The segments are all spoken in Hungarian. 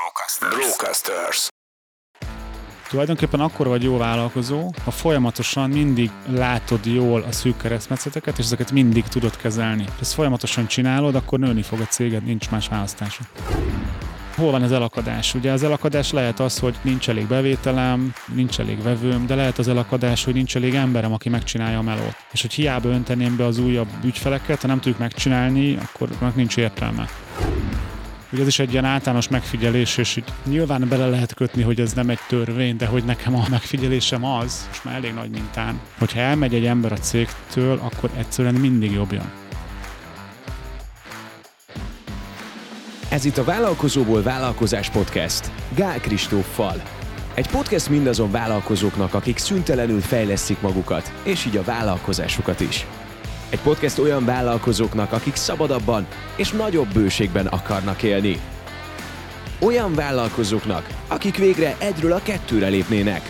Brocasters. Tulajdonképpen akkor vagy jó vállalkozó, ha folyamatosan mindig látod jól a szűk keresztmetszeteket, és ezeket mindig tudod kezelni. Ha ezt folyamatosan csinálod, akkor nőni fog a céged, nincs más választása. Hol van az elakadás? Ugye az elakadás lehet az, hogy nincs elég bevételem, nincs elég vevőm, de lehet az elakadás, hogy nincs elég emberem, aki megcsinálja a melót. És hogy hiába önteném be az újabb ügyfeleket, ha nem tudjuk megcsinálni, akkor nincs értelme. Ugye ez is egy ilyen általános megfigyelés, és így nyilván bele lehet kötni, hogy ez nem egy törvény, de hogy nekem a megfigyelésem az, és már elég nagy mintán, hogyha elmegy egy ember a cégtől, akkor egyszerűen mindig jobb jön. Ez itt a Vállalkozóból Vállalkozás Podcast Gál Kristóffal. Egy podcast mindazon vállalkozóknak, akik szüntelenül fejlesztik magukat, és így a vállalkozásukat is. Egy podcast olyan vállalkozóknak, akik szabadabban és nagyobb bőségben akarnak élni. Olyan vállalkozóknak, akik végre egyről a kettőre lépnének.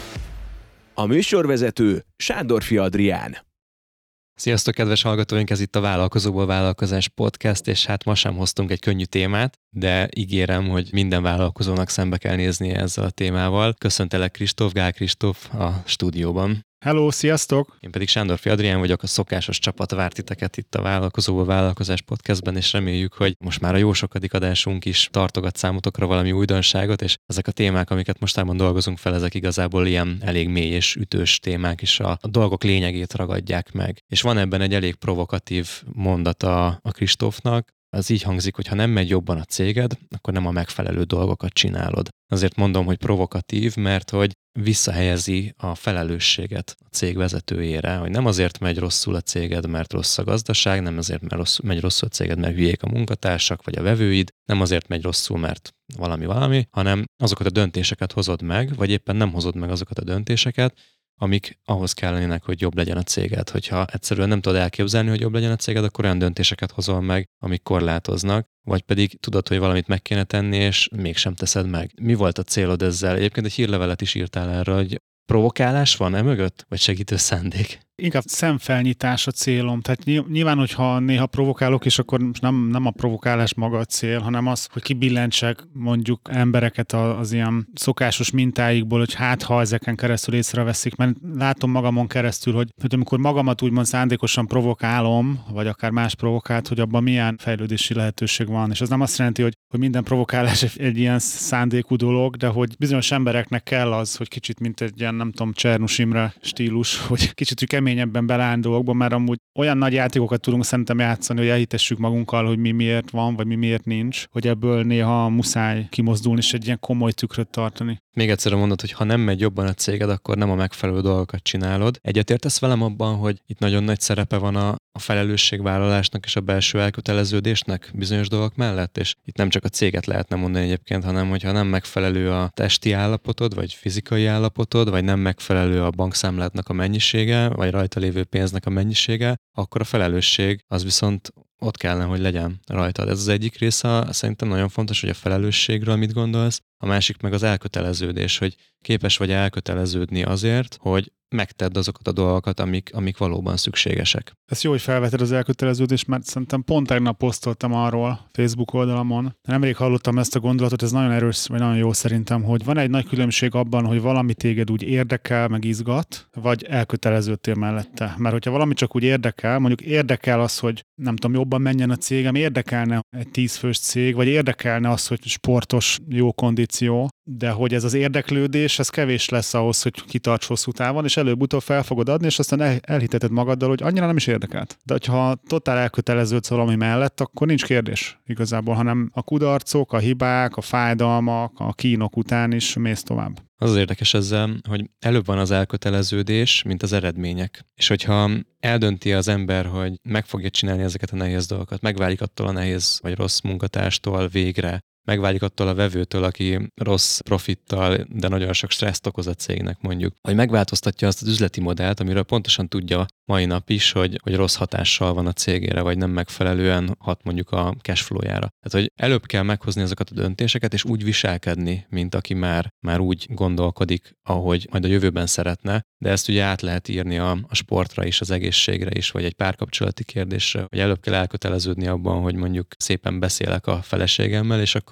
A műsorvezető Sándorfi Adrián. Sziasztok, kedves hallgatóink! Ez itt a Vállalkozóból Vállalkozás Podcast, és hát ma sem hoztunk egy könnyű témát, de ígérem, hogy minden vállalkozónak szembe kell néznie ezzel a témával. Köszöntelek Kristóf, Gál Kristóf a stúdióban. Hello, sziasztok! Én pedig Sándorfi Adrián vagyok, a szokásos csapat várt titeket itt a Vállalkozóból Vállalkozás Podcastben, és reméljük, hogy most már a jó sokadik adásunk is tartogat számotokra valami újdonságot, és ezek a témák, amiket mostában dolgozunk fel, ezek igazából ilyen elég mély és ütős témák, és a dolgok lényegét ragadják meg. És van ebben egy elég provokatív mondata a Kristófnak. Az így hangzik, hogy ha nem megy jobban a céged, akkor nem a megfelelő dolgokat csinálod. Azért mondom, hogy provokatív, mert hogy visszahelyezi a felelősséget a cég vezetőjére, hogy nem azért megy rosszul a céged, mert rossz a gazdaság, nem azért megy rosszul a céged, mert hülyék a munkatársak vagy a vevőid, nem azért megy rosszul, mert valami, hanem azokat a döntéseket hozod meg, vagy éppen nem hozod meg azokat a döntéseket, amik ahhoz kellenének, hogy jobb legyen a céged. Hogyha egyszerűen nem tudod elképzelni, hogy jobb legyen a céged, akkor olyan döntéseket hozol meg, amik korlátoznak, vagy pedig tudod, hogy valamit meg kéne tenni, és mégsem teszed meg. Mi volt a célod ezzel? Egyébként egy hírlevelet is írtál erre, hogy provokálás van mögött, vagy segítő szándék? Inkább szemfelnyitás a célom. Tehát nyilván, hogyha néha provokálok, és akkor nem a provokálás maga a cél, hanem az, hogy kibillentsek mondjuk embereket az ilyen szokásos mintáikból, hogy hát ha ezeken keresztül észreveszik, mert látom magamon keresztül, hogy amikor magamat úgymond szándékosan provokálom, vagy akár más provokált, hogy abban milyen fejlődési lehetőség van. És az nem azt jelenti, hogy minden provokálás egy ilyen szándékú dolog, de hogy bizonyos embereknek kell az, hogy kicsit mint egy ilyen, nem tudom, Csernus Imre stílus, hogy kicsit keményebben beleállni dolgokban, mert amúgy olyan nagy játékokat tudunk szerintem játszani, hogy elhitessük magunkkal, hogy mi miért van, vagy mi miért nincs, hogy ebből néha muszáj kimozdulni, és egy ilyen komoly tükröt tartani. Még egyszer mondod, hogy ha nem megy jobban a céged, akkor nem a megfelelő dolgokat csinálod. Egyetértesz velem abban, hogy itt nagyon nagy szerepe van a felelősségvállalásnak és a belső elköteleződésnek bizonyos dolgok mellett, és itt nem csak a céget lehetne mondani egyébként, hanem hogyha nem megfelelő a testi állapotod, vagy fizikai állapotod, vagy nem megfelelő a bankszámládnak a mennyisége, vagy rajta lévő pénznek a mennyisége, akkor a felelősség az viszont ott kellene, hogy legyen rajtad. Ez az egyik része, szerintem nagyon fontos, hogy a felelősségről mit gondolsz, a másik meg az elköteleződés, hogy képes vagy elköteleződni azért, hogy megtedd azokat a dolgokat, amik valóban szükségesek. Ez jó, hogy felveted az elköteleződést, mert szerintem pont tegnap posztoltam arról Facebook oldalamon. Nemrég hallottam ezt a gondolatot, ez nagyon erős, vagy nagyon jó szerintem, hogy van egy nagy különbség abban, hogy valami téged úgy érdekel, meg izgat, vagy elköteleződtél mellette. Mert hogyha valami csak úgy érdekel, mondjuk érdekel az, hogy nem tudom, jobban menjen a cégem, érdekelne egy 10 fős cég, vagy érdekelne az, hogy sportos, jó kondíció, de hogy ez az érdeklődés, ez kevés lesz ahhoz, hogy kitarts hosszú távon, és előbb-utóbb fel fogod adni, és aztán elhiteted magaddal, hogy annyira nem is érdekelt. De ha totál elköteleződsz valami mellett, akkor nincs kérdés igazából, hanem a kudarcok, a hibák, a fájdalmak, a kínok után is mész tovább. Az érdekes ezzel, hogy előbb van az elköteleződés, mint az eredmények. És hogyha eldönti az ember, hogy meg fogja csinálni ezeket a nehéz dolgokat, megválik attól a nehéz vagy rossz munkatárstól végre, megválik attól a vevőtől, aki rossz profittal, de nagyon sok stresszt okoz a cégnek mondjuk, hogy megváltoztatja azt az üzleti modellt, amiről pontosan tudja mai nap is, hogy rossz hatással van a cégére, vagy nem megfelelően hat mondjuk a cashflow-jára. Tehát, hogy előbb kell meghozni azokat a döntéseket, és úgy viselkedni, mint aki már úgy gondolkodik, ahogy majd a jövőben szeretne, de ezt ugye át lehet írni a sportra is, az egészségre is, vagy egy párkapcsolati kérdésre, hogy előbb kell elköteleződni abban, hogy mondjuk szépen beszélek a feleségemmel, és akkor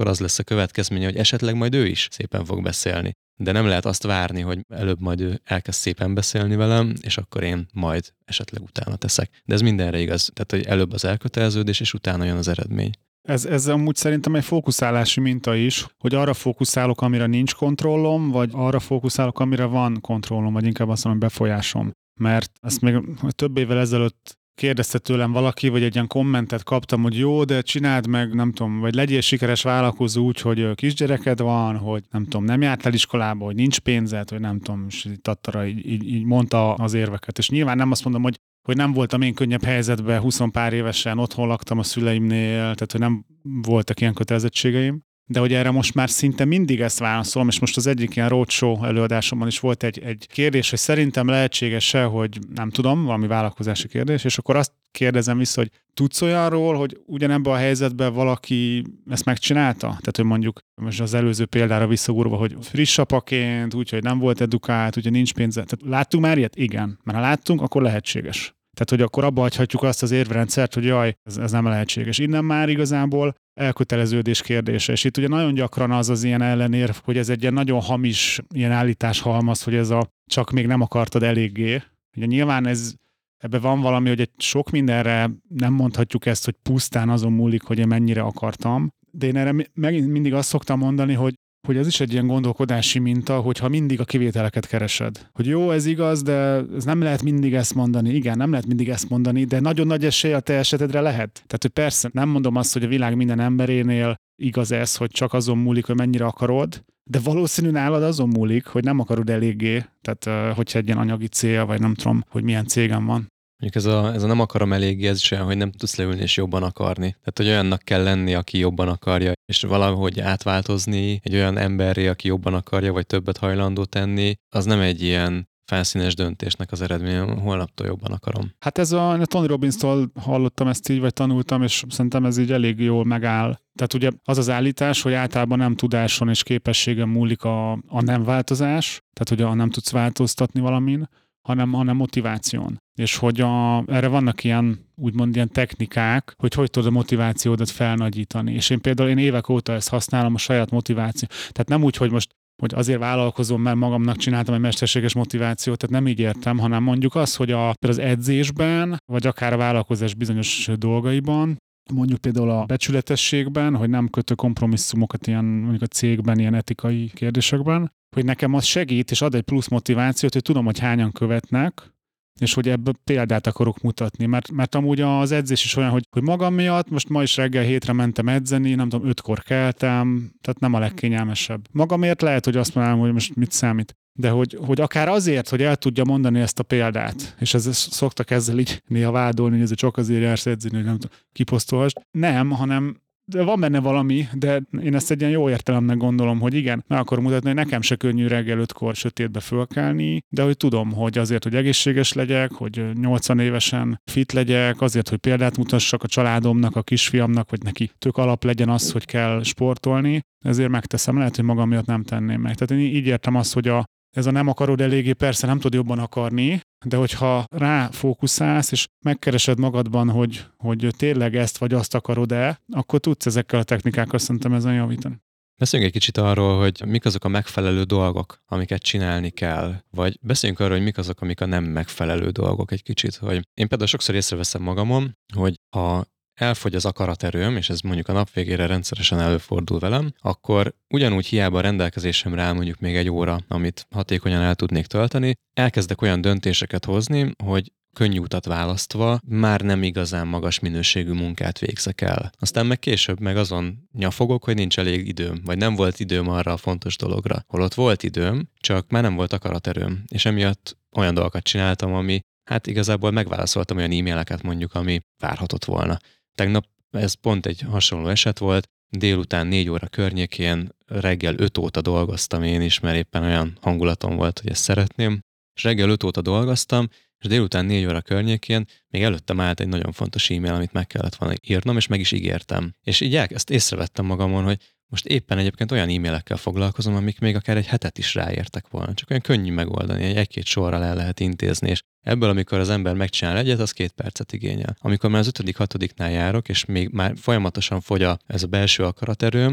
akkor az lesz a következménye, hogy esetleg majd ő is szépen fog beszélni. De nem lehet azt várni, hogy előbb majd ő elkezd szépen beszélni velem, és akkor én majd esetleg utána teszek. De ez mindenre igaz. Tehát, hogy előbb az elköteleződés, és utána jön az eredmény. Ez amúgy szerintem egy fókuszálási minta is, hogy arra fókuszálok, amire nincs kontrollom, vagy arra fókuszálok, amire van kontrollom, vagy inkább azt mondom, befolyásom. Mert ezt még több évvel ezelőtt kérdezte tőlem valaki, vagy egy ilyen kommentet kaptam, hogy jó, de csináld meg, nem tudom, vagy legyél sikeres vállalkozó úgy, hogy kisgyereked van, hogy nem tudom, nem jártál iskolába, hogy nincs pénzed, hogy nem tudom, és Tattara így mondta az érveket. És nyilván nem azt mondom, hogy nem voltam én könnyebb helyzetben, 20 pár évesen, otthon laktam a szüleimnél, tehát hogy nem voltak ilyen kötelezettségeim. De hogy erre most már szinte mindig ezt válaszolom, és most az egyik ilyen roadshow előadásomban is volt egy kérdés, hogy szerintem lehetséges-e, hogy nem tudom, valami vállalkozási kérdés, és akkor azt kérdezem vissza, hogy tudsz olyanról, hogy ugyanebben a helyzetben valaki ezt megcsinálta? Tehát, hogy mondjuk most az előző példára visszagurva, hogy friss apaként, úgyhogy nem volt edukált, úgyhogy nincs pénze. Tehát láttunk már ilyet? Igen. Mert ha láttunk, akkor lehetséges. Tehát, hogy akkor abba hagyhatjuk azt az érvrendszert, hogy jaj, ez nem lehetséges. Innen már igazából elköteleződés kérdése. És itt ugye nagyon gyakran az ilyen ellenérv, hogy ez egy ilyen nagyon hamis ilyen állításhalmaz, hogy ez a csak még nem akartad eléggé. Ugye nyilván ebben van valami, hogy egy sok mindenre nem mondhatjuk ezt, hogy pusztán azon múlik, hogy én mennyire akartam. De én erre megint mindig azt szoktam mondani, hogy ez is egy ilyen gondolkodási minta, hogyha mindig a kivételeket keresed. Hogy jó, ez igaz, de ez nem lehet mindig ezt mondani. Igen, nem lehet mindig ezt mondani, de nagyon nagy esély a te esetedre lehet. Tehát, hogy persze nem mondom azt, hogy a világ minden emberénél igaz ez, hogy csak azon múlik, hogy mennyire akarod, de valószínű nálad azon múlik, hogy nem akarod eléggé. Tehát, hogyha egy ilyen anyagi cél, vagy nem tudom, hogy milyen cégem van. Mondjuk ez a nem akarom eléggé, ez is olyan, hogy nem tudsz leülni és jobban akarni. Tehát, hogy olyannak kell lenni, aki jobban akarja, és valahogy átváltozni egy olyan emberré, aki jobban akarja, vagy többet hajlandó tenni, az nem egy ilyen felszínes döntésnek az eredménye, holnaptól jobban akarom. Hát ez a Tony Robbins-tól hallottam ezt így, vagy tanultam, és szerintem ez így elég jól megáll. Tehát ugye az az állítás, hogy általában nem tudáson és képességen múlik a nem változás, tehát hogy nem tudsz változtatni valamin, hanem motiváción. És hogy erre vannak ilyen, úgymond ilyen technikák, hogy tudod a motivációdat felnagyítani. És én például évek óta ezt használom, a saját motiváció. Tehát nem úgy, hogy most hogy azért vállalkozom, mert magamnak csináltam egy mesterséges motivációt, tehát nem így értem, hanem mondjuk az, hogy például az edzésben, vagy akár a vállalkozás bizonyos dolgaiban, mondjuk például a becsületességben, hogy nem kötök kompromisszumokat ilyen, mondjuk a cégben, ilyen etikai kérdésekben, hogy nekem az segít, és ad egy plusz motivációt, hogy tudom, hogy hányan követnek, és hogy ebből példát akarok mutatni, mert amúgy az edzés is olyan, hogy magam miatt, most ma is reggel 7-re mentem edzeni, nem tudom, 5-kor keltem, tehát nem a legkényelmesebb. Magamért lehet, hogy azt mondanám, hogy most mit számít. De hogy akár azért, hogy el tudja mondani ezt a példát, és szoktak ezzel így néha vádolni, hogy ez csak azért jársz edzeni, hogy nem tudom, kiposztolhast. Nem, hanem de van benne valami, de én ezt egy ilyen jó értelemnek gondolom, hogy igen, meg akarom mutatni, hogy nekem se könnyű reggel 5-kor sötétbe fölkelni, de hogy tudom, hogy azért, hogy egészséges legyek, hogy 80 évesen fit legyek, azért, hogy példát mutassak a családomnak, a kisfiamnak, hogy neki tök alap legyen az, hogy kell sportolni, ezért megteszem, lehet, hogy magam miatt nem tenném meg. Tehát én így értem azt, hogy ez a nem akarod eléggé, persze nem tudod jobban akarni, de hogyha rá fókuszálsz, és megkeresed magadban, hogy tényleg ezt vagy azt akarod-e, akkor tudsz ezekkel a technikákkal szerintem ezen javítani. Beszéljünk egy kicsit arról, hogy mik azok a megfelelő dolgok, amiket csinálni kell, vagy beszéljünk arról, hogy mik azok, amik a nem megfelelő dolgok egy kicsit. Hogy én például sokszor észreveszem magamon, hogy ha elfogy az akaraterőm, és ez mondjuk a nap végére rendszeresen előfordul velem, akkor ugyanúgy hiába a rendelkezésemre áll mondjuk még 1 óra, amit hatékonyan el tudnék tölteni, elkezdek olyan döntéseket hozni, hogy könnyű utat választva már nem igazán magas minőségű munkát végzek el. Aztán meg később meg azon nyafogok, hogy nincs elég időm, vagy nem volt időm arra a fontos dologra. Holott volt időm, csak már nem volt akaraterőm, és emiatt olyan dolgokat csináltam, ami hát igazából megválaszoltam olyan e-maileket mondjuk, ami várhatott volna. Tegnap ez pont egy hasonló eset volt, délután 4 óra környékén reggel 5 óta dolgoztam én is, mert éppen olyan hangulatom volt, hogy ezt szeretném, és reggel 5 óta dolgoztam, és délután 4 óra környékén még előttem állt egy nagyon fontos e-mail, amit meg kellett volna írnom, és meg is ígértem. És így ezt észrevettem magamon, hogy most éppen egyébként olyan e-mailekkel foglalkozom, amik még akár 1 hetet is ráértek volna. Csak olyan könnyű megoldani, 1-2 sorral el lehet intézni, és ebből, amikor az ember megcsinál egyet, az 2 percet igényel. Amikor már az 5.-6. járok, és még már folyamatosan fogy ez a belső akaraterőm,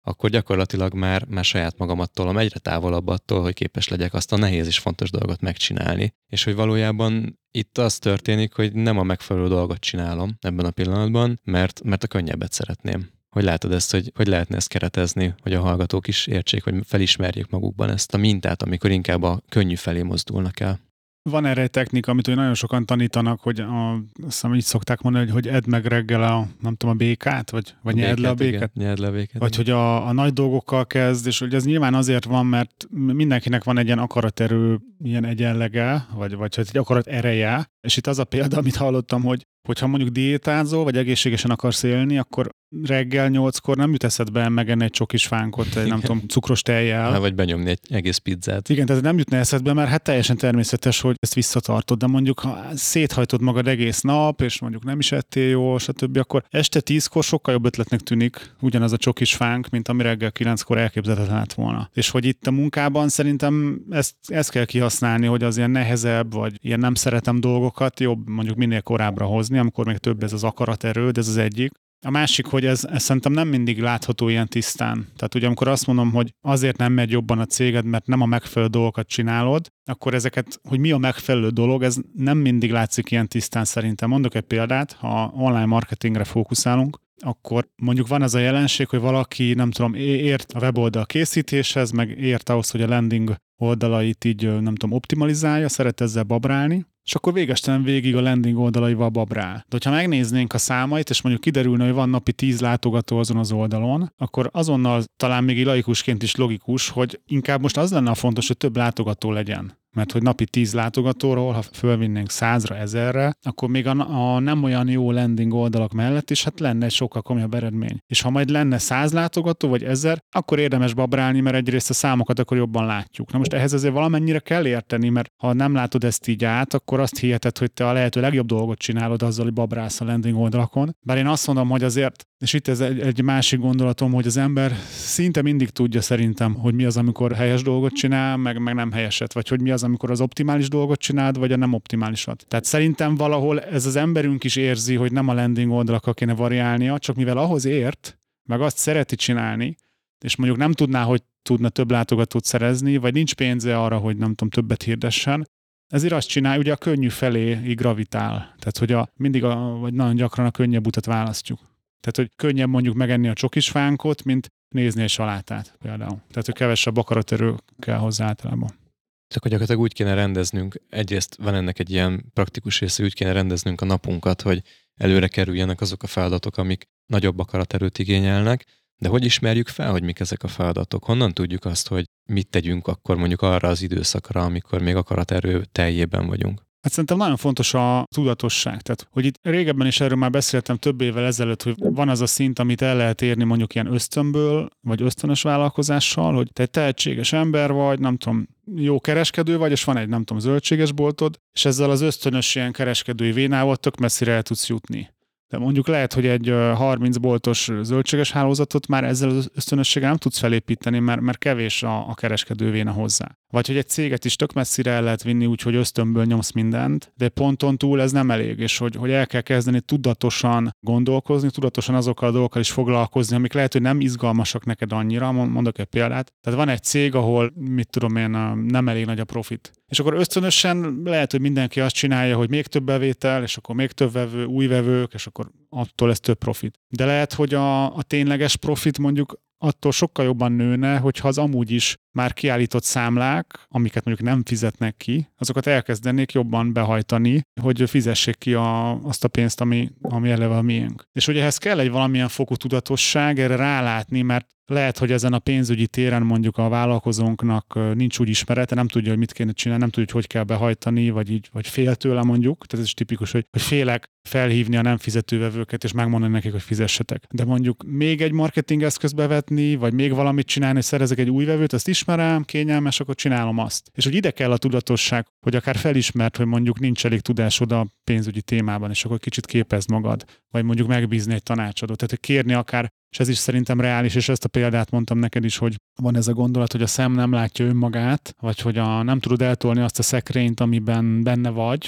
akkor gyakorlatilag már saját magamat tolom egyre távolabb attól, hogy képes legyek azt a nehéz és fontos dolgot megcsinálni. És hogy valójában itt az történik, hogy nem a megfelelő dolgot csinálom ebben a pillanatban, mert a könnyebbet szeretném. Hogy látod ezt, hogy lehetne ezt keretezni, hogy a hallgatók is értsék, hogy felismerjék magukban ezt a mintát, amikor inkább a könnyű felé mozdulnak el. Van erre egy technika, amit nagyon sokan tanítanak, hogy azt hiszem, így szokták mondani, hogy edd meg reggel a békát, vagy nyerd le a békát. Igen, nyerd le a békát. Vagy hogy a nagy dolgokkal kezd, és hogy ez nyilván azért van, mert mindenkinek van egy ilyen akaraterő, ilyen egyenlege, vagy egy akarat ereje, és itt az a példa, amit hallottam, hogyha mondjuk diétázol, vagy egészségesen akarsz élni, akkor reggel 8-kor nem jut eszedbe megenni egy csokis fánkot, nem tudom, cukros tejjel. Vagy benyomni egy egész pizzát. Igen, tehát nem jutna eszedbe, mert hát teljesen természetes, hogy ezt visszatartod, de mondjuk ha széthajtod magad egész nap, és mondjuk nem is ettél jól, stb., akkor este 10-kor sokkal jobb ötletnek tűnik ugyanaz a csokis fánk, mint ami reggel 9-kor elképzelhetetlen lett volna. És hogy itt a munkában szerintem ezt kell kihasználni, hogy az ilyen nehezebb, vagy ilyen nem szeretem dolgokat jobb mondjuk minél korábbra hozni, amikor még több ez az akaraterőd, ez az egyik. A másik, hogy ez szerintem nem mindig látható ilyen tisztán. Tehát ugye amikor azt mondom, hogy azért nem megy jobban a céged, mert nem a megfelelő dolgokat csinálod, akkor ezeket, hogy mi a megfelelő dolog, ez nem mindig látszik ilyen tisztán szerintem. Mondok egy példát, ha online marketingre fókuszálunk, akkor mondjuk van az a jelenség, hogy valaki, nem tudom, ért a weboldal készítéshez, meg ért ahhoz, hogy a landing oldalait így, nem tudom, optimalizálja, szeret ezzel babrálni, és akkor végestelen végig a landing oldalaival babrál. De hogyha megnéznénk a számait, és mondjuk kiderülne, hogy van napi 10 látogató azon az oldalon, akkor azonnal talán még laikusként is logikus, hogy inkább most az lenne a fontos, hogy több látogató legyen. Mert hogy napi 10 látogatóról, ha fölvinnénk 100-ra, 1000-re, akkor még a nem olyan jó landing oldalak mellett is hát lenne egy sokkal komolyabb eredmény. És ha majd lenne 100 látogató vagy 1000, akkor érdemes babrálni, mert egyrészt a számokat akkor jobban látjuk. Na most ehhez azért valamennyire kell érteni, mert ha nem látod ezt így át, akkor azt hiheted, hogy te a lehető legjobb dolgot csinálod azzal, hogy babrálsz a landing oldalakon. Bár én azt mondom, hogy azért, és itt ez egy másik gondolatom, hogy az ember szinte mindig tudja szerintem, hogy mi az, amikor helyes dolgot csinál, meg nem helyeset, vagy hogy mi az, amikor az optimális dolgot csináld, vagy a nem optimálisat. Tehát szerintem valahol ez az emberünk is érzi, hogy nem a landing oldalakkal kéne variálnia, csak mivel ahhoz ért, meg azt szereti csinálni, és mondjuk nem tudná, hogy tudna több látogatót szerezni, vagy nincs pénze arra, hogy nem tudom, többet hirdessen, ezért azt csinálja, ugye a könnyű felé gravitál. Tehát, hogy vagy nagyon gyakran a könnyebb utat választjuk. Tehát, hogy könnyebb mondjuk megenni a csokis fánkot, mint nézni egy salátát például. Tehát, hogy kevesebb akaraterő kell hozzá általában. Csak hogy gyakorlatilag úgy kéne rendeznünk, egyrészt van ennek egy ilyen praktikus része, úgy kéne rendeznünk a napunkat, hogy előre kerüljenek azok a feladatok, amik nagyobb akaraterőt igényelnek, de hogy ismerjük fel, hogy mik ezek a feladatok? Honnan tudjuk azt, hogy mit tegyünk akkor mondjuk arra az időszakra, amikor még akaraterő teljében vagyunk? Hát szerintem nagyon fontos a tudatosság. Tehát, hogy itt régebben is erről már beszéltem több évvel ezelőtt, hogy van az a szint, amit el lehet érni mondjuk ilyen ösztönből, vagy ösztönös vállalkozással, hogy te egy tehetséges ember vagy, nem tudom, jó kereskedő vagy, és van egy, nem tudom, zöldséges boltod, és ezzel az ösztönös ilyen kereskedői vénával tök messzire el tudsz jutni. De mondjuk lehet, hogy egy 30 boltos zöldséges hálózatot már ezzel az ösztönösséggel nem tudsz felépíteni, mert kevés a kereskedő véna hozzá. Vagy hogy egy céget is tök messzire el lehet vinni úgy, hogy ösztönből nyomsz mindent, de ponton túl ez nem elég, és hogy el kell kezdeni tudatosan gondolkozni, tudatosan azokkal a dolgokkal is foglalkozni, amik lehet, hogy nem izgalmasak neked annyira. Mondok egy példát. Tehát van egy cég, ahol, mit tudom én, nem elég nagy a profit. És akkor ösztönösen lehet, hogy mindenki azt csinálja, hogy még több bevétel, és akkor még több vevő, új vevők, és akkor attól lesz több profit. De lehet, hogy a tényleges profit mondjuk attól sokkal jobban nőne, hogyha az amúgy is már kiállított számlák, amiket mondjuk nem fizetnek ki, azokat elkezdenék jobban behajtani, hogy fizessék ki azt a pénzt, ami eleve a miénk. És hogy ehhez kell egy valamilyen fokú tudatosság, erre rálátni, mert lehet, hogy ezen a pénzügyi téren mondjuk a vállalkozónknak nincs úgy ismerete, nem tudja, hogy mit kéne csinálni, nem tudja, hogy kell behajtani, vagy fél tőle mondjuk. Tehát ez is tipikus, hogy félek felhívni a nem fizetővevőket, és megmondani nekik, hogy fizessetek. De mondjuk még egy marketing eszközt bevetni, vagy még valamit csinálni, hogy szerezek egy új vevőt, azt ismerem, kényelmes, akkor csinálom azt. És hogy ide kell a tudatosság, hogy akár felismert, hogy mondjuk nincs elég tudásod a pénzügyi témában, és akkor kicsit képezd magad, vagy mondjuk megbízni egy tanácsadót. Tehát, hogy kérni akár, és ez is szerintem reális, és ezt a példát mondtam neked is, hogy van ez a gondolat, hogy a szem nem látja önmagát, vagy hogy nem tudod eltolni azt a szekrényt, amiben benne vagy,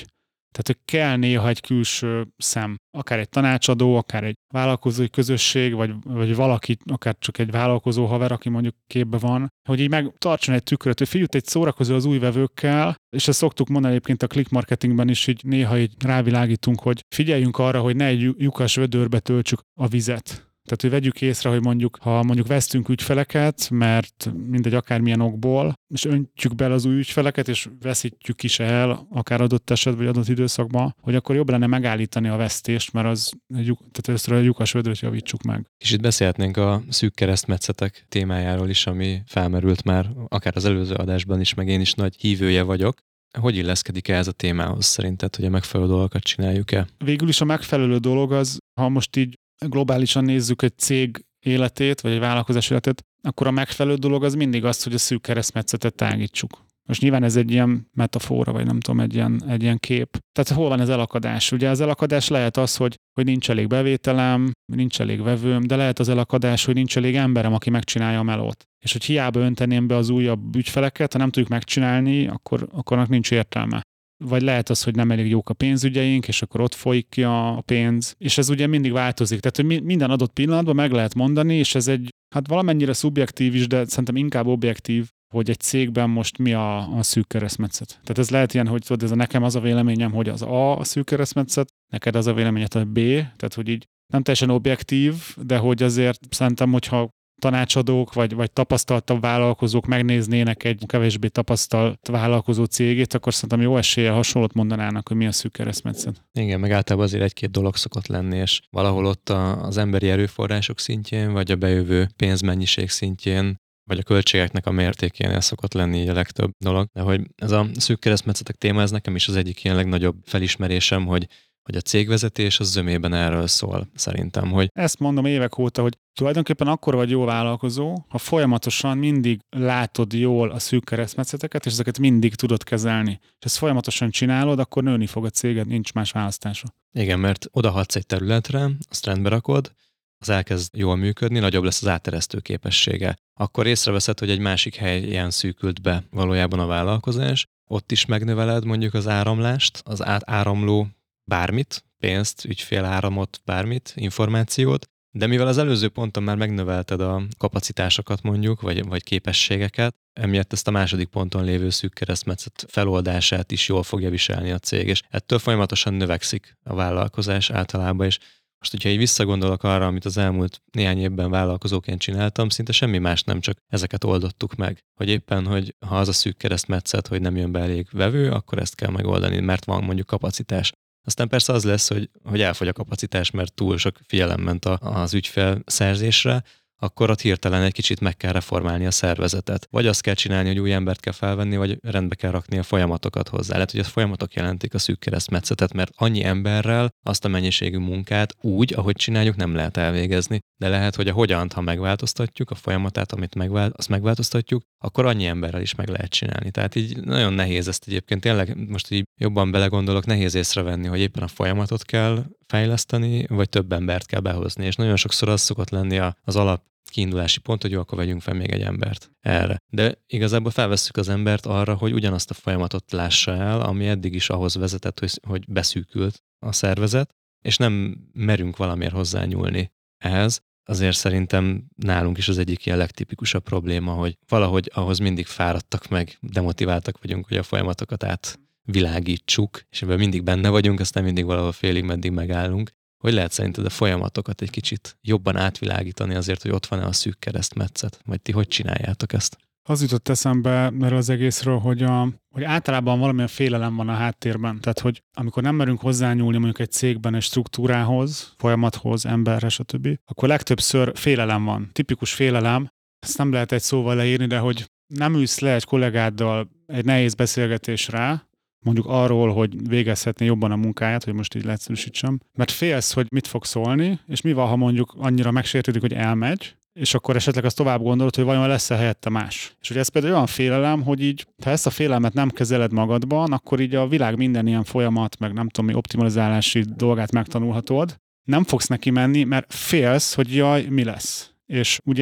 Tehát, hogy kell néha egy külső szem, akár egy tanácsadó, akár egy vállalkozói közösség, vagy valaki, akár csak egy vállalkozó haver, aki mondjuk képbe van, hogy így megtartson egy tükröt, hogy figyelj, egy szórakozó az új vevőkkel, és ezt szoktuk mondani egyébként a click marketingben is, így néha így rávilágítunk, hogy figyeljünk arra, hogy ne egy lyukas vödörbe töltsük a vizet. Tehát, hogy vegyük észre, hogy ha vesztünk ügyfeleket, mert mindegy akármilyen okból, és öntjük bele az új ügyfeleket, és veszítjük is el, akár adott esetben, vagy adott időszakban, hogy akkor jobb lenne megállítani a vesztést, mert tehát először a lyukas vödröt javítsuk meg. Kicsit beszélhetnénk a szűk keresztmetszetek témájáról is, ami felmerült már akár az előző adásban is, meg én is nagy hívője vagyok. Hogy illeszkedik ez a témához szerinted, hogy a megfelelő dolgokat csináljuk-e? Végül is a megfelelő dolog az, ha most így globálisan nézzük egy cég életét, vagy egy vállalkozás életét, akkor a megfelelő dolog az mindig az, hogy a szűk keresztmetszetet tágítsuk. Most nyilván ez egy ilyen metafora, vagy nem tudom, egy ilyen kép. Tehát hol van az elakadás? Ugye az elakadás lehet az, hogy nincs elég bevételem, nincs elég vevőm, de lehet az elakadás, hogy nincs elég emberem, aki megcsinálja a melót. És hogy hiába önteném be az újabb ügyfeleket, ha nem tudjuk megcsinálni, akkor nincs értelme. Vagy lehet az, hogy nem elég jók a pénzügyeink, és akkor ott folyik ki a pénz. És ez ugye mindig változik. Tehát, hogy minden adott pillanatban meg lehet mondani, és ez valamennyire szubjektív is, de szerintem inkább objektív, hogy egy cégben most mi a szűk keresztmetszet. Tehát ez lehet ilyen, hogy tudod, nekem az a véleményem, hogy az A szűk keresztmetszet, neked az a véleményed, hogy B, tehát hogy így nem teljesen objektív, de hogy azért szerintem, hogyha tanácsadók vagy tapasztaltabb vállalkozók megnéznének egy kevésbé tapasztalt vállalkozó cégét, akkor szerintem jó eséllyel hasonlót mondanának, hogy mi a szűk keresztmetszet. Igen, meg általában azért egy-két dolog szokott lenni, és valahol ott az emberi erőforrások szintjén, vagy a bejövő pénzmennyiség szintjén, vagy a költségeknek a mértékénél szokott lenni a legtöbb dolog. De hogy ez a szűk keresztmetszetek téma, ez nekem is az egyik ilyen legnagyobb felismerésem, hogy a cégvezetés az zömében erről szól, szerintem. Hogy ezt mondom évek óta, hogy tulajdonképpen akkor vagy jó vállalkozó, ha folyamatosan mindig látod jól a szűk keresztmetszeteket, és ezeket mindig tudod kezelni. És ezt folyamatosan csinálod, akkor nőni fog a céged, nincs más választása. Igen, mert odahatsz egy területre, azt rendbe rakod, az elkezd jól működni, nagyobb lesz az áteresztő képessége. Akkor észreveszed, hogy egy másik helyen szűkült be valójában a vállalkozás, ott is megnöveled mondjuk az áramlást, az áramló bármit, pénzt, ügyféláramot, bármit, információt, de mivel az előző ponton már megnövelted a kapacitásokat mondjuk, vagy képességeket, emiatt ezt a második ponton lévő szűk keresztmetszet feloldását is jól fogja viselni a cég, és ettől folyamatosan növekszik a vállalkozás általában, és most, hogyha így visszagondolok arra, amit az elmúlt néhány évben vállalkozóként csináltam, szinte semmi más nem, csak ezeket oldottuk meg. Hogy éppen, hogy ha az a szűk keresztmetszet, hogy nem jön be elég vevő, akkor ezt kell megoldani, mert van mondjuk kapacitás. Aztán persze az lesz, hogy elfogy a kapacitás, mert túl sok figyelem ment az ügyfél szerzésre, akkor ott hirtelen egy kicsit meg kell reformálni a szervezetet. Vagy azt kell csinálni, hogy új embert kell felvenni, vagy rendbe kell rakni a folyamatokat hozzá. Lehet, hogy a folyamatok jelentik a szűk keresztmetszetet, mert annyi emberrel azt a mennyiségű munkát úgy, ahogy csináljuk, nem lehet elvégezni. De lehet, hogy a hogyant, ha megváltoztatjuk, a folyamatát, amit azt megváltoztatjuk, akkor annyi emberrel is meg lehet csinálni. Tehát így nagyon nehéz ezt egyébként. Tényleg most így jobban belegondolok, nehéz észrevenni, hogy éppen a folyamatot kell fejleszteni, vagy több embert kell behozni. És nagyon sokszor az szokott lenni az alap kiindulási pont, hogy jó, akkor vegyünk fel még egy embert erre. De igazából felvesszük az embert arra, hogy ugyanazt a folyamatot lássa el, ami eddig is ahhoz vezetett, hogy beszűkült a szervezet, és nem merünk valamiért hozzányúlni ehhez. Azért szerintem nálunk is az egyik ilyen legtipikusabb probléma, hogy valahogy ahhoz mindig fáradtak meg, demotiváltak vagyunk, hogy a folyamatokat átvilágítsuk, és ebben mindig benne vagyunk, aztán mindig valahol félig meddig megállunk. Hogy lehet szerinted a folyamatokat egy kicsit jobban átvilágítani azért, hogy ott van-e a szűk keresztmetszet? Vagy ti hogy csináljátok ezt? Az jutott eszembe erről az egészről, hogy általában valamilyen félelem van a háttérben. Tehát, hogy amikor nem merünk hozzányúlni mondjuk egy cégben egy struktúrához, folyamathoz, emberre, stb., akkor legtöbbször félelem van. Tipikus félelem, ezt nem lehet egy szóval leírni, de hogy nem ülsz le egy kollégáddal egy nehéz beszélgetésre, mondjuk arról, hogy végezhetné jobban a munkáját, hogy most így leegyszerűsítsem, mert félsz, hogy mit fog szólni, és mi van, ha mondjuk annyira megsértődik, hogy elmegy, és akkor esetleg azt tovább gondolod, hogy vajon lesz-e helyette más. És hogy ez például olyan félelem, hogy így, ha ezt a félelmet nem kezeled magadban, akkor így a világ minden ilyen folyamat, meg nem tudom mi optimalizálási dolgát megtanulhatod, nem fogsz neki menni, mert félsz, hogy jaj, mi lesz. És ugye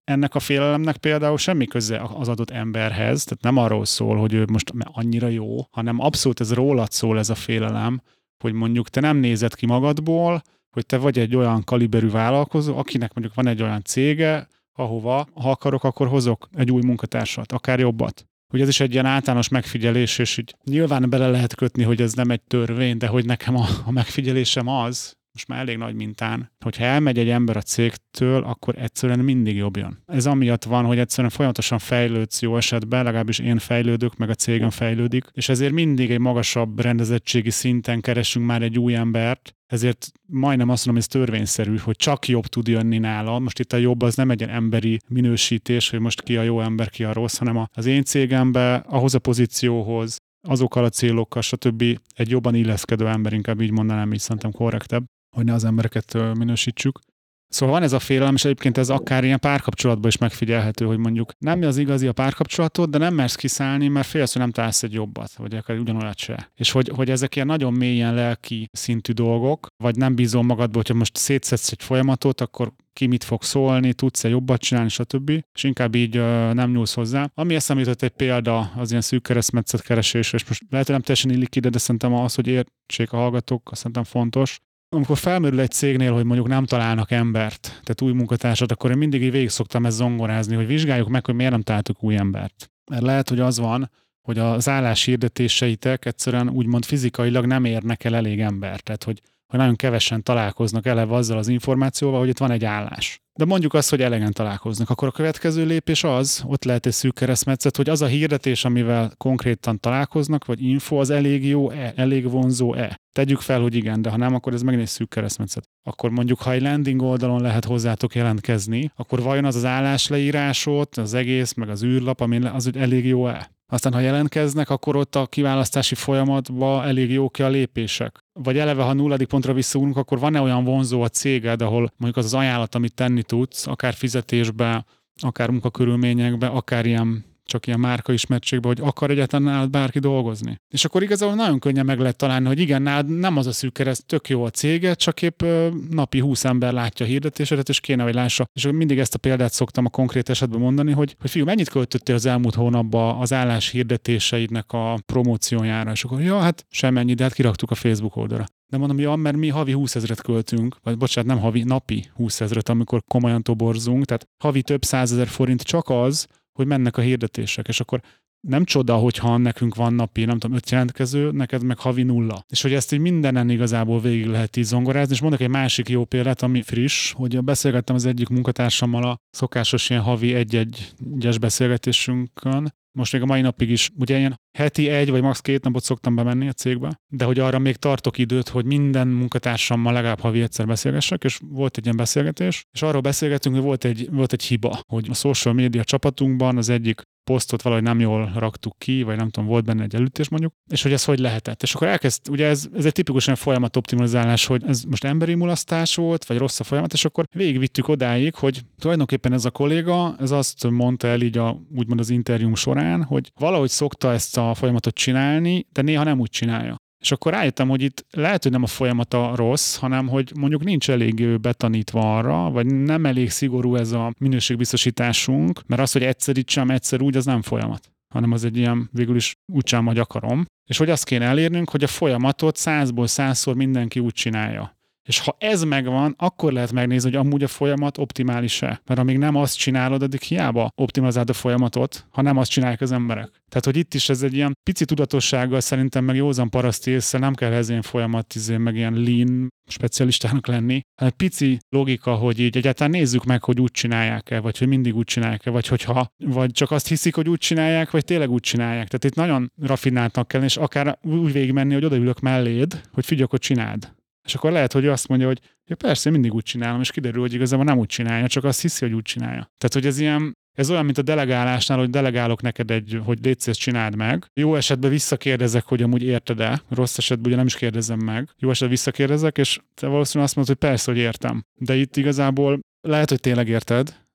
ennek a félelemnek például semmi köze az adott emberhez, tehát nem arról szól, hogy ő most annyira jó, hanem abszolút ez rólad szól ez a félelem, hogy mondjuk te nem nézed ki magadból, hogy te vagy egy olyan kaliberű vállalkozó, akinek mondjuk van egy olyan cége, ahova, ha akarok, akkor hozok egy új munkatársat, akár jobbat. Ugye ez is egy ilyen általános megfigyelés, és így nyilván bele lehet kötni, hogy ez nem egy törvény, de hogy nekem a megfigyelésem az, most már elég nagy mintán, hogyha elmegy egy ember a cégtől, akkor egyszerűen mindig jobb jön. Ez amiatt van, hogy egyszerűen folyamatosan fejlődsz jó esetben, legalábbis én fejlődök, meg a cégem fejlődik, és ezért mindig egy magasabb rendezettségi szinten keresünk már egy új embert, ezért majdnem azt mondom, hogy ez törvényszerű, hogy csak jobb tud jönni nála. Most itt a jobb az nem egy ilyen emberi minősítés, hogy most ki a jó ember, ki a rossz, hanem az én cégemben, ahhoz a pozícióhoz, azokkal a célokkal, stb. Egy jobban illeszkedő ember, inkább így mondanám, így szerintem korrektebb, hogy ne az embereket minősítsük. Szóval van ez a félelem, és egyébként ez akár ilyen párkapcsolatban is megfigyelhető, hogy mondjuk nem az igazi a párkapcsolatod, de nem mersz kiszállni, mert félsz, hogy nem találsz egy jobbat, vagy akár ugyanolyat se. És hogy ezek ilyen nagyon mélyen lelki szintű dolgok, vagy nem bízol magadból, hogyha most szétszedsz egy folyamatot, akkor ki mit fog szólni, tudsz-e jobbat csinálni, stb. És inkább így nem nyúlsz hozzá. Ami eszembe jutott egy példa, az ilyen szűk keresztmetszet keresésre, és most lehet, hogy nem teljesen illik ide, de szerintem az, hogy értsék a hallgatók, azt szerintem fontos. Amikor felmerül egy cégnél, hogy mondjuk nem találnak embert, tehát új munkatársat, akkor én mindig így végig szoktam ezt zongorázni, hogy vizsgáljuk meg, hogy miért nem találtuk új embert. Mert lehet, hogy az van, hogy az álláshirdetéseitek egyszerűen úgymond fizikailag nem érnek el elég embert. Tehát, hogy nagyon kevesen találkoznak eleve azzal az információval, hogy itt van egy állás. De mondjuk azt, hogy elegen találkoznak, akkor a következő lépés az, ott lehet egy szűk keresztmetszet, hogy az a hirdetés, amivel konkrétan találkoznak, vagy info, az elég jó-e, elég vonzó-e. Tegyük fel, hogy igen, de ha nem, akkor ez megint egy szűk keresztmetszet. Akkor mondjuk, ha egy landing oldalon lehet hozzátok jelentkezni, akkor vajon az állásleírásot, az egész, meg az űrlap, ami az, hogy elég jó-e? Aztán, ha jelentkeznek, akkor ott a kiválasztási folyamatban elég jók ki a lépések. Vagy eleve, ha nulladik pontra visszaugrunk, akkor van-e olyan vonzó a céged, ahol mondjuk az ajánlat, amit tenni tudsz, akár fizetésbe, akár munkakörülményekbe, akár csak ilyen márkaismertségbe, hogy akar egyáltalán nálad bárki dolgozni. És akkor igazából nagyon könnyen meg lehet találni, hogy igen, nálad nem az a szűk kereszt, tök jó a céged, csak épp napi 20 ember látja a hirdetésedet, és kéne, hogy lássa. És mindig ezt a példát szoktam a konkrét esetben mondani, hogy fiú, mennyit költöttél az elmúlt hónapban az állás hirdetéseidnek a promóciójára? És akkor, ja, hát semennyi, de hát kiraktuk a Facebook oldalra. De mondom, ja, mert mi havi 20 000 költünk, vagy bocsánat, nem havi, napi 20 000, amikor komolyan toborzunk, tehát havi több 100 000 forint csak az, hogy mennek a hirdetések, és akkor nem csoda, hogyha nekünk van napi, nem tudom, 5 jelentkező, neked meg havi 0. És hogy ezt így mindenen igazából végig lehet így zongorázni, és mondok egy másik jó példát, ami friss, hogy beszélgettem az egyik munkatársammal a szokásos ilyen havi egy-egyes beszélgetésünkön. Most még a mai napig is, ugye ilyen heti 1 vagy max. 2 napot szoktam bemenni a cégbe, de hogy arra még tartok időt, hogy minden munkatársammal legalább havi egyszer beszélgessek, és volt egy ilyen beszélgetés, és arról beszélgettünk, hogy volt egy hiba, hogy a social media csapatunkban az egyik posztot valahogy nem jól raktuk ki, vagy nem tudom, volt benne egy elütés mondjuk, és hogy ez hogy lehetett. És akkor ugye ez egy tipikusan folyamat optimalizálás, hogy ez most emberi mulasztás volt, vagy rossz a folyamat, és akkor végigvittük odáig, hogy tulajdonképpen ez a kolléga, ez azt mondta el így úgymond az interjúm során, hogy valahogy szokta ezt a folyamatot csinálni, de néha nem úgy csinálja. És akkor rájöttem, hogy itt lehet, hogy nem a folyamata rossz, hanem hogy mondjuk nincs elég betanítva arra, vagy nem elég szigorú ez a minőségbiztosításunk, mert az, hogy egyszer itt sem, egyszer úgy, az nem folyamat, hanem az egy ilyen végül is úgy sem, hogy akarom. És hogy azt kéne elérnünk, hogy a folyamatot 100-ból 100-szor mindenki úgy csinálja. És ha ez megvan, akkor lehet megnézni, hogy amúgy a folyamat optimális-e. Mert amíg nem azt csinálod, addig hiába optimalizálod a folyamatot, ha nem azt csinálják az emberek. Tehát, hogy itt is ez egy ilyen pici tudatossággal szerintem, meg józan paraszti észre nem kell ez ilyen folyamat, meg ilyen lean specialistának lenni, hanem pici logika, hogy így egyáltalán nézzük meg, hogy úgy csinálják-e, vagy hogy mindig úgy csinálják-e, vagy csak azt hiszik, hogy úgy csinálják, vagy tényleg úgy csinálják. Tehát itt nagyon rafináltnak kell, és akár úgy végigmenni, hogy odaülök melléd, hogy figyelj, hogy csináld. És akkor lehet, hogy azt mondja, hogy ja, persze, mindig úgy csinálom, és kiderül, hogy igazából nem úgy csinálja, csak azt hiszi, hogy úgy csinálja. Tehát, hogy ez olyan, mint a delegálásnál, hogy delegálok neked hogy légy szíves, csináld meg. Jó esetben visszakérdezek, hogy amúgy érted-e, rossz esetben ugye nem is kérdezem meg. Jó esetben visszakérdezek, és te valószínűleg azt mondod, hogy persze, hogy értem. De itt igazából lehet, hogy tényleg érted,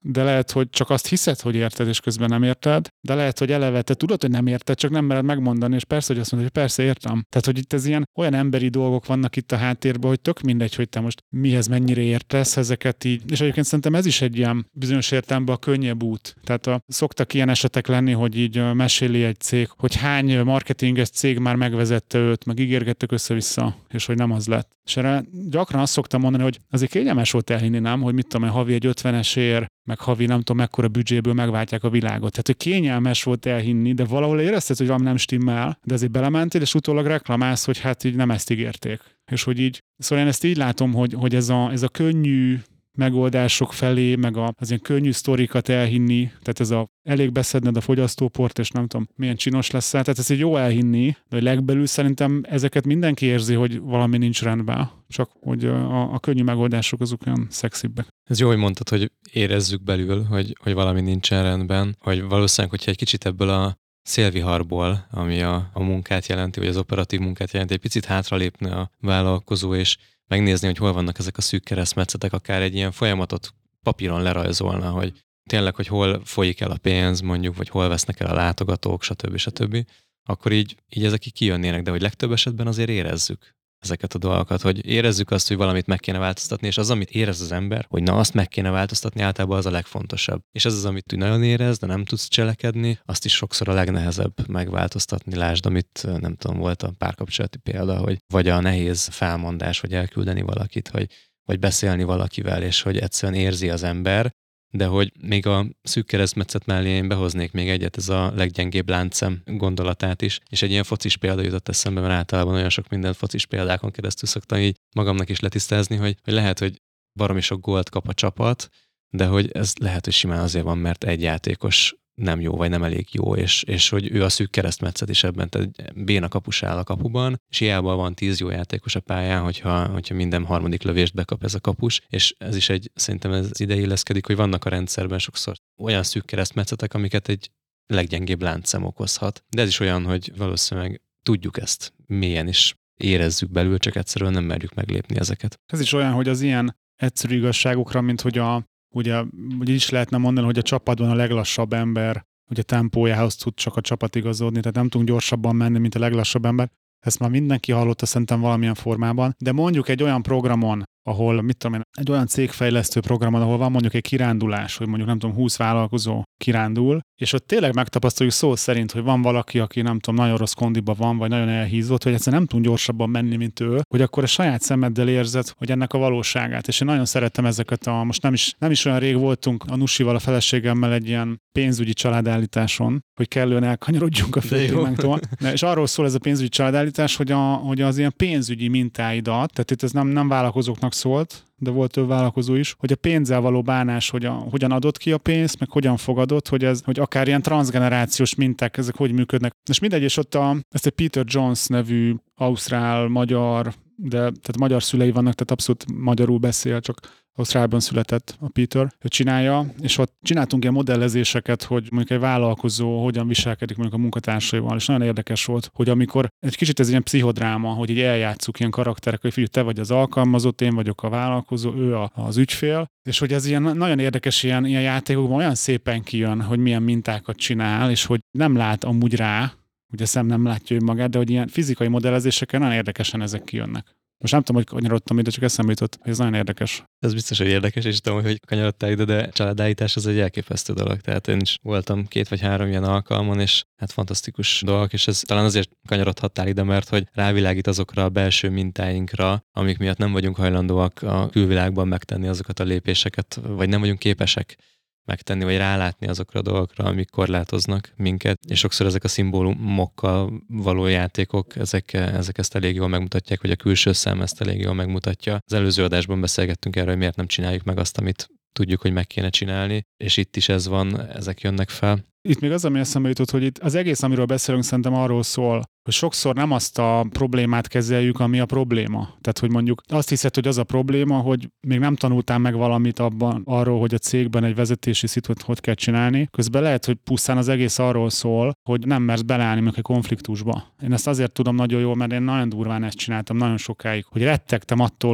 de lehet, hogy csak azt hiszed, hogy érted, és közben nem érted, de lehet, hogy eleve te tudod, hogy nem érted, csak nem mered megmondani, és persze, hogy azt mondod, hogy persze értem. Tehát, hogy itt ez ilyen olyan emberi dolgok vannak itt a háttérben, hogy tök mindegy, hogy te most mihez mennyire értesz ezeket így. És egyébként szerintem ez is egy ilyen bizonyos értelemben a könnyebb út. Tehát szoktak ilyen esetek lenni, hogy így meséli egy cég, hogy hány marketinges cég már megvezette őt, meg ígérgettek össze-vissza, és hogy nem az lett. És erre gyakran azt szoktam mondani, hogy azért kényelmes volt elhinni, nem, hogy mit tudom, havi egy 50-esért, meg havi nem tudom mekkora büdzséből megváltják a világot. Tehát, hogy kényelmes volt elhinni, de valahol érezted, hogy valami nem stimmel, de azért belementél, és utólag reklamálsz, hogy hát így nem ezt ígérték. És hogy így, szóval én ezt így látom, hogy ez a könnyű megoldások felé, meg az ilyen könnyű sztorikat elhinni, tehát ez elég beszedned a fogyasztóport, és nem tudom, milyen csinos leszel, tehát ez így jó elhinni, de hogy legbelül szerintem ezeket mindenki érzi, hogy valami nincs rendben, csak hogy a könnyű megoldások azok olyan szexibbek. Ez jó, hogy mondtad, hogy érezzük belül, hogy valami nincsen rendben, hogy valószínűleg, hogyha egy kicsit ebből a szélviharból, ami a munkát jelenti, vagy az operatív munkát jelenti, egy picit hátralépne a vállalkozó, és megnézni, hogy hol vannak ezek a szűk keresztmetszetek, akár egy ilyen folyamatot papíron lerajzolna, hogy tényleg, hogy hol folyik el a pénz, mondjuk, vagy hol vesznek el a látogatók, stb. Akkor így ezek kijönnének, de hogy legtöbb esetben azért érezzük ezeket a dolgokat, hogy érezzük azt, hogy valamit meg kéne változtatni, és az, amit érez az ember, hogy na azt meg kéne változtatni, általában az a legfontosabb. És ez az, amit tu nagyon érez, de nem tudsz cselekedni, azt is sokszor a legnehezebb megváltoztatni. Lásd, amit nem tudom, volt a párkapcsolati példa, hogy vagy a nehéz felmondás, vagy elküldeni valakit, vagy beszélni valakivel, és hogy egyszerűen érzi az ember, de hogy még a szűk keresztmetszet mellé én behoznék még egyet, ez a leggyengébb láncszem gondolatát is, és egy ilyen focis példa jutott eszembe, mert általában olyan sok minden focis példákon keresztül szoktam így magamnak is letisztázni, hogy lehet, hogy baromi sok gólt kap a csapat, de hogy ez lehet, hogy simán azért van, mert egy játékos nem jó, vagy nem elég jó, és hogy ő a szűk keresztmetszet is ebben, tehát béna kapus áll a kapuban, és hiába van 10 jó játékos a pályán, hogyha minden harmadik lövést bekap ez a kapus, és ez is szerintem ez ide illeszkedik, hogy vannak a rendszerben sokszor olyan szűk keresztmetszetek, amiket egy leggyengébb láncszem okozhat. De ez is olyan, hogy valószínűleg tudjuk ezt mélyen is érezzük belül, csak egyszerűen nem merjük meglépni ezeket. Ez is olyan, hogy az ilyen egyszerű igazságokra, mint hogy ugye is lehetne mondani, hogy a csapatban a leglassabb ember, hogy a tempójához tud csak a csapat igazodni, tehát nem tudunk gyorsabban menni, mint a leglassabb ember. Ezt már mindenki hallotta szerintem valamilyen formában, de mondjuk egy olyan programon, ahol, mit tudom én, egy olyan cégfejlesztő programon, ahol van mondjuk egy kirándulás, hogy mondjuk nem tudom, 20 vállalkozó kirándul, és ott tényleg megtapasztaljuk szó szerint, hogy van valaki, aki nem tudom, nagyon rossz kondiba van, vagy nagyon elhízott, hogy egyszerűen nem tud gyorsabban menni, mint ő, hogy akkor a saját szemeddel érzed, hogy ennek a valóságát. És én nagyon szerettem ezeket most nem is olyan rég voltunk a Nusival, a feleségemmel egy ilyen pénzügyi családállításon, hogy kellően elkanyarodjunk a fő témánktól. És arról szól ez a pénzügyi családállítás, hogy az ilyen pénzügyi mintáidat, tehát itt ez nem vállalkozóknak szólt, de volt több vállalkozó is, hogy a pénzzel való bánás, hogyan adott ki a pénzt, meg hogyan fogadott, hogy akár ilyen transzgenerációs minták, ezek hogy működnek. És mindegy, és ott ezt egy Peter Jones nevű ausztrál, magyar, de tehát magyar szülei vannak, tehát abszolút magyarul beszél, csak Ausztrálban született a Peter, ő csinálja, és ott csináltunk ilyen modellezéseket, hogy mondjuk egy vállalkozó hogyan viselkedik mondjuk a munkatársaival, és nagyon érdekes volt, hogy amikor egy kicsit ez ilyen pszichodráma, hogy így eljátszuk ilyen karakterek, hogy figyelj, te vagy az alkalmazott, én vagyok a vállalkozó, ő az ügyfél, és hogy ez ilyen nagyon érdekes ilyen játékokban olyan szépen kijön, hogy milyen mintákat csinál, és hogy nem lát amúgy rá, ugye a szem nem látja önmagát, de hogy ilyen fizikai modellezéseken nagyon érdekesen ezek kijönnek. Most nem tudom, hogy kanyarodtam ide, csak eszembe jutott, hogy ez nagyon érdekes. Ez biztos, hogy érdekes, és tudom, hogy kanyarodtál ide, de családállítás az egy elképesztő dolog. Tehát én is voltam 2 vagy 3 ilyen alkalmon, és hát fantasztikus dolog, és ez talán azért kanyarodhattál ide, mert hogy rávilágít azokra a belső mintáinkra, amik miatt nem vagyunk hajlandóak a külvilágban megtenni azokat a lépéseket, vagy nem vagyunk képesek megtenni, vagy rálátni azokra a dolgokra, amik korlátoznak minket. És sokszor ezek a szimbólumokkal való játékok, ezek ezt elég jól megmutatják, hogy a külső szem ezt elég jól megmutatja. Az előző adásban beszélgettünk erről, hogy miért nem csináljuk meg azt, amit tudjuk, hogy meg kéne csinálni, és itt is ez van, ezek jönnek fel. Itt még az, ami eszembe jutott, hogy itt az egész, amiről beszélünk, szerintem arról szól, hogy sokszor nem azt a problémát kezeljük, ami a probléma. Tehát, hogy mondjuk azt hiszed, hogy az a probléma, hogy még nem tanultál meg valamit arról, hogy a cégben egy vezetési szitut hogy kell csinálni. Közben lehet, hogy pusztán az egész arról szól, hogy nem mersz beleállni meg egy konfliktusba. Én ezt azért tudom nagyon jól, mert én nagyon durván ezt csináltam nagyon sokáig, hogy rettegtem attól, hogy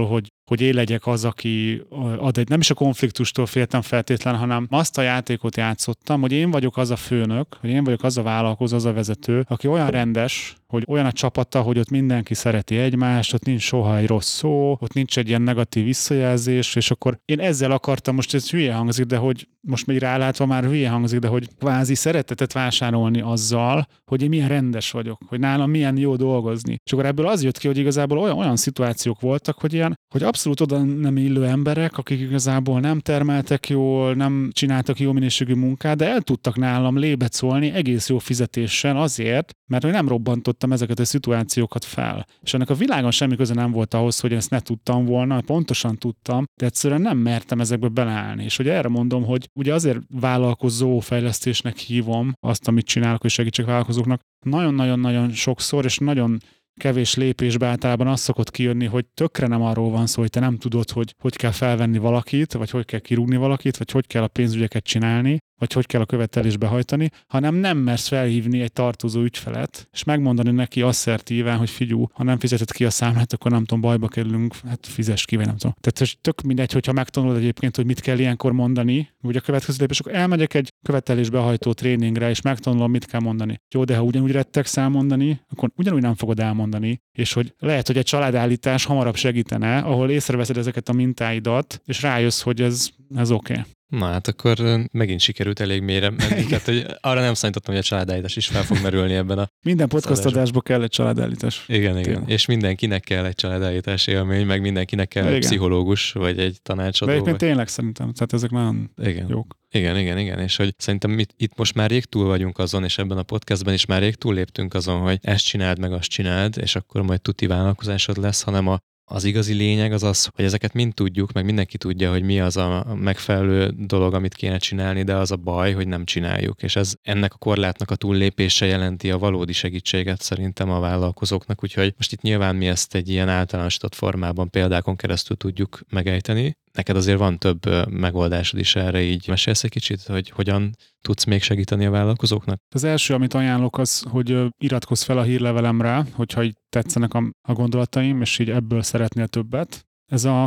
hogy én legyek az, aki ad egy, nem is a konfliktustól féltem feltétlen, hanem azt a játékot játszottam, hogy én vagyok az a főnök, hogy én vagyok az a vállalkozó, az a vezető, aki olyan rendes, hogy olyan a csapata, hogy ott mindenki szereti egymást, ott nincs soha egy rossz szó, ott nincs egy ilyen negatív visszajelzés, és akkor én ezzel akartam, most ez hülye hangzik, de hogy most még rálátva már hülye hangzik, de hogy kvázi szeretetet vásárolni azzal, hogy én milyen rendes vagyok, hogy nálam milyen jó dolgozni. És akkor ebből az jött ki, hogy igazából olyan szituációk voltak, hogy abszolút oda nem illő emberek, akik igazából nem termeltek jól, nem csináltak jó minőségű munkát, de el tudtak nálam lébecolni egész jó fizetéssel azért, mert hogy nem robbantottam ezeket a szituációkat fel. És ennek a világon semmi köze nem volt ahhoz, hogy ezt ne tudtam volna, pontosan tudtam, de egyszerűen nem mertem ezekbe beleállni. És hogy erre mondom, hogy ugye azért vállalkozó fejlesztésnek hívom azt, amit csinálok, hogy segítsek vállalkozóknak. Nagyon-nagyon-nagyon sokszor, és nagyon kevés lépésbe általában az szokott kijönni, hogy tökre nem arról van szó, hogy te nem tudod, hogy kell felvenni valakit, vagy hogy kell kirúgni valakit, vagy hogy kell a pénzügyeket csinálni, vagy hogy kell a követelésbe hajtani, hanem nem mersz felhívni egy tartozó ügyfelet, és megmondani neki asszertíven, hogy figyelj, ha nem fizeted ki a számlát, akkor nem tudom, bajba kerülünk, hát fizess ki, vagy nem tudom. Tehát tök mindegy, hogyha megtanulod egyébként, hogy mit kell ilyenkor mondani, vagy a következő lépés, akkor elmegyek egy követelésbe hajtó tréningre, és megtanulom, mit kell mondani. Jó, de ha ugyanúgy rettegsz elmondani, akkor ugyanúgy nem fogod elmondani, és hogy lehet, hogy egy családállítás hamarabb segítene, ahol észreveszed ezeket a mintáidat, és rájössz, hogy ez oké. Na hát akkor megint sikerült elég mélyre menni, tehát hogy arra nem számítottam, hogy a családállítás is fel fog merülni ebben a... Minden podcast adásba kell egy családállítás. Igen. És mindenkinek kell egy családállítás élmény, meg mindenkinek kell egy pszichológus, vagy egy tanácsadó. De egyébként tényleg szerintem, tehát ezek nagyon jók. Igen, és hogy szerintem itt most már rég túl vagyunk azon, és ebben a podcastben is már rég túl léptünk azon, hogy ezt csináld, meg azt csináld, és akkor majd tuti vállalkozásod lesz, hanem az igazi lényeg az, hogy ezeket mind tudjuk, meg mindenki tudja, hogy mi az a megfelelő dolog, amit kéne csinálni, de az a baj, hogy nem csináljuk. És ennek a korlátnak a túllépése jelenti a valódi segítséget szerintem a vállalkozóknak, úgyhogy most itt nyilván mi ezt egy ilyen általánosított formában példákon keresztül tudjuk megejteni. Neked azért van több megoldásod is erre, így mesélsz egy kicsit, hogy hogyan tudsz még segíteni a vállalkozóknak? Az első, amit ajánlok, az, hogy iratkozz fel a hírlevelemre, hogyha így tetszenek a gondolataim, és így ebből szeretnél többet. Ez a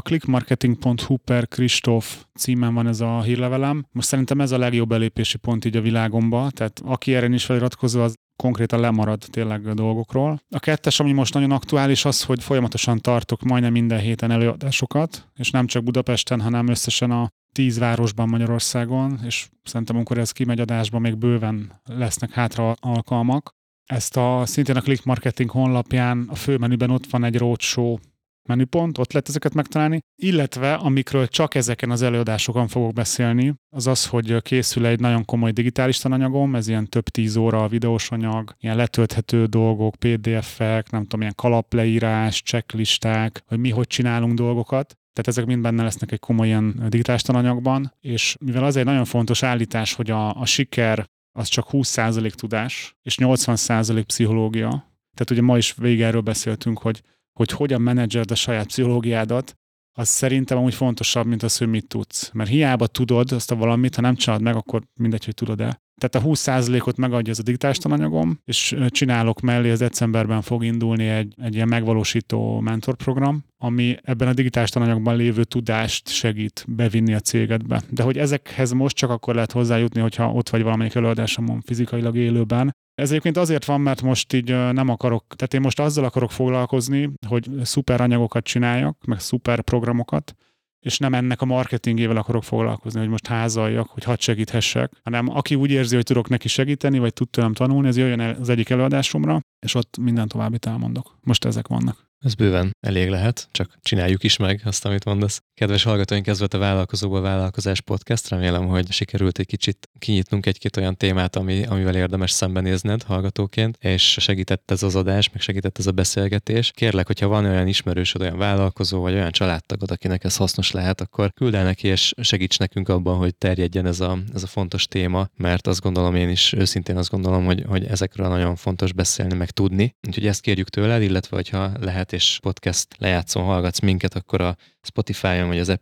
clickmarketing.hu/Kristóf címen van ez a hírlevelem. Most szerintem ez a legjobb belépési pont így a világomba, tehát aki erre is feliratkozva, az konkrétan lemarad tényleg a dolgokról. A kettes, ami most nagyon aktuális, az, hogy folyamatosan tartok majdnem minden héten előadásokat, és nem csak Budapesten, hanem összesen a 10 városban Magyarországon, és szerintem amikor ez kimegy adásba, még bőven lesznek hátra alkalmak. Ezt szintén a Click Marketing honlapján a főmenüben ott van egy roadshow menüpont, ott lehet ezeket megtalálni, illetve amikről csak ezeken az előadásokon fogok beszélni, az, hogy készül egy nagyon komoly digitális tananyagom, ez ilyen több 10 óra videós anyag, ilyen letölthető dolgok, PDF-ek, nem tudom, ilyen kalapleírás, checklisták, hogy mi hogy csinálunk dolgokat. Tehát ezek mind benne lesznek egy komoly ilyen digitális tananyagban, és mivel az egy nagyon fontos állítás, hogy a siker az csak 20% tudás, és 80% pszichológia. Tehát ugye ma is végig erről beszéltünk, hogy hogyan menedzseld a saját pszichológiádat, az szerintem amúgy fontosabb, mint az, hogy mit tudsz. Mert hiába tudod azt a valamit, ha nem csinálod meg, akkor mindegy, hogy tudod-e. Tehát a 20%-ot megadja ez a digitális tananyagom, és csinálok mellé, az decemberben fog indulni egy ilyen megvalósító mentorprogram, ami ebben a digitális tananyagban lévő tudást segít bevinni a cégedbe. De hogy ezekhez most csak akkor lehet hozzájutni, hogyha ott vagy valamelyik előadásomon fizikailag élőben. Ez egyébként azért van, mert most így nem akarok, tehát én most azzal akarok foglalkozni, hogy szuper anyagokat csináljak, meg szuper programokat, és nem ennek a marketingével akarok foglalkozni, hogy most házaljak, hogy hadd segíthessek, hanem aki úgy érzi, hogy tudok neki segíteni, vagy tud tőlem tanulni, az jöjjön el az egyik előadásomra, és ott minden továbbit elmondok. Most ezek vannak. Ez bőven elég lehet, csak csináljuk is meg azt, amit mondasz. Kedves hallgatóink, ez volt a Vállalkozóból Vállalkozás podcast. Remélem, hogy sikerült egy kicsit kinyitnunk egy-két olyan témát, amivel érdemes szembenézned hallgatóként, és segített ez az adás, meg segített ez a beszélgetés. Kérlek, hogyha van olyan ismerősöd, olyan vállalkozó, vagy olyan családtagod, akinek ez hasznos lehet, akkor küld el neki, és segíts nekünk abban, hogy terjedjen ez a fontos téma, mert azt gondolom, én is őszintén azt gondolom, hogy ezekről nagyon fontos beszélni, meg tudni. Úgyhogy ezt kérjük tőled, illetve hogyha lehet és podcast lejátszón hallgatsz minket, akkor a Spotify-on vagy az Apple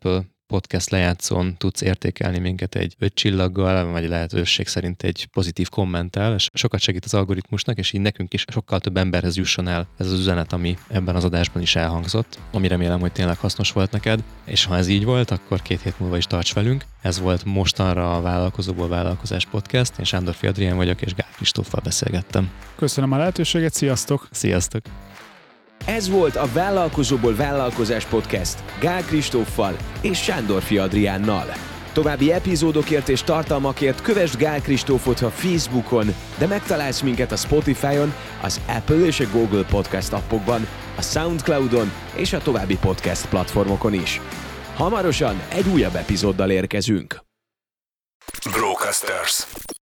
podcast lejátszón tudsz értékelni minket egy 5 csillaggal, vagy lehetőség szerint egy pozitív kommenttel, és sokat segít az algoritmusnak, és így nekünk is sokkal több emberhez jusson el ez az üzenet, ami ebben az adásban is elhangzott, ami remélem, hogy tényleg hasznos volt neked, és ha ez így volt, akkor 2 hét múlva is tarts velünk. Ez volt mostanra a Vállalkozóból Vállalkozás Podcast. Én Sándorfi Adrián vagyok, és Gál Kristóffal beszélgettem. Köszönöm a lehetőséget, sziasztok! Sziasztok! Ez volt a Vállalkozóból Vállalkozás Podcast Gál Kristóffal és Sándorfi Adriánnal. További epizódokért és tartalmakért kövesd Gál Kristófot a Facebookon, de megtalálsz minket a Spotify-on, az Apple és a Google Podcast appokban, a Soundcloudon és a további podcast platformokon is. Hamarosan egy újabb epizóddal érkezünk. Brocasters.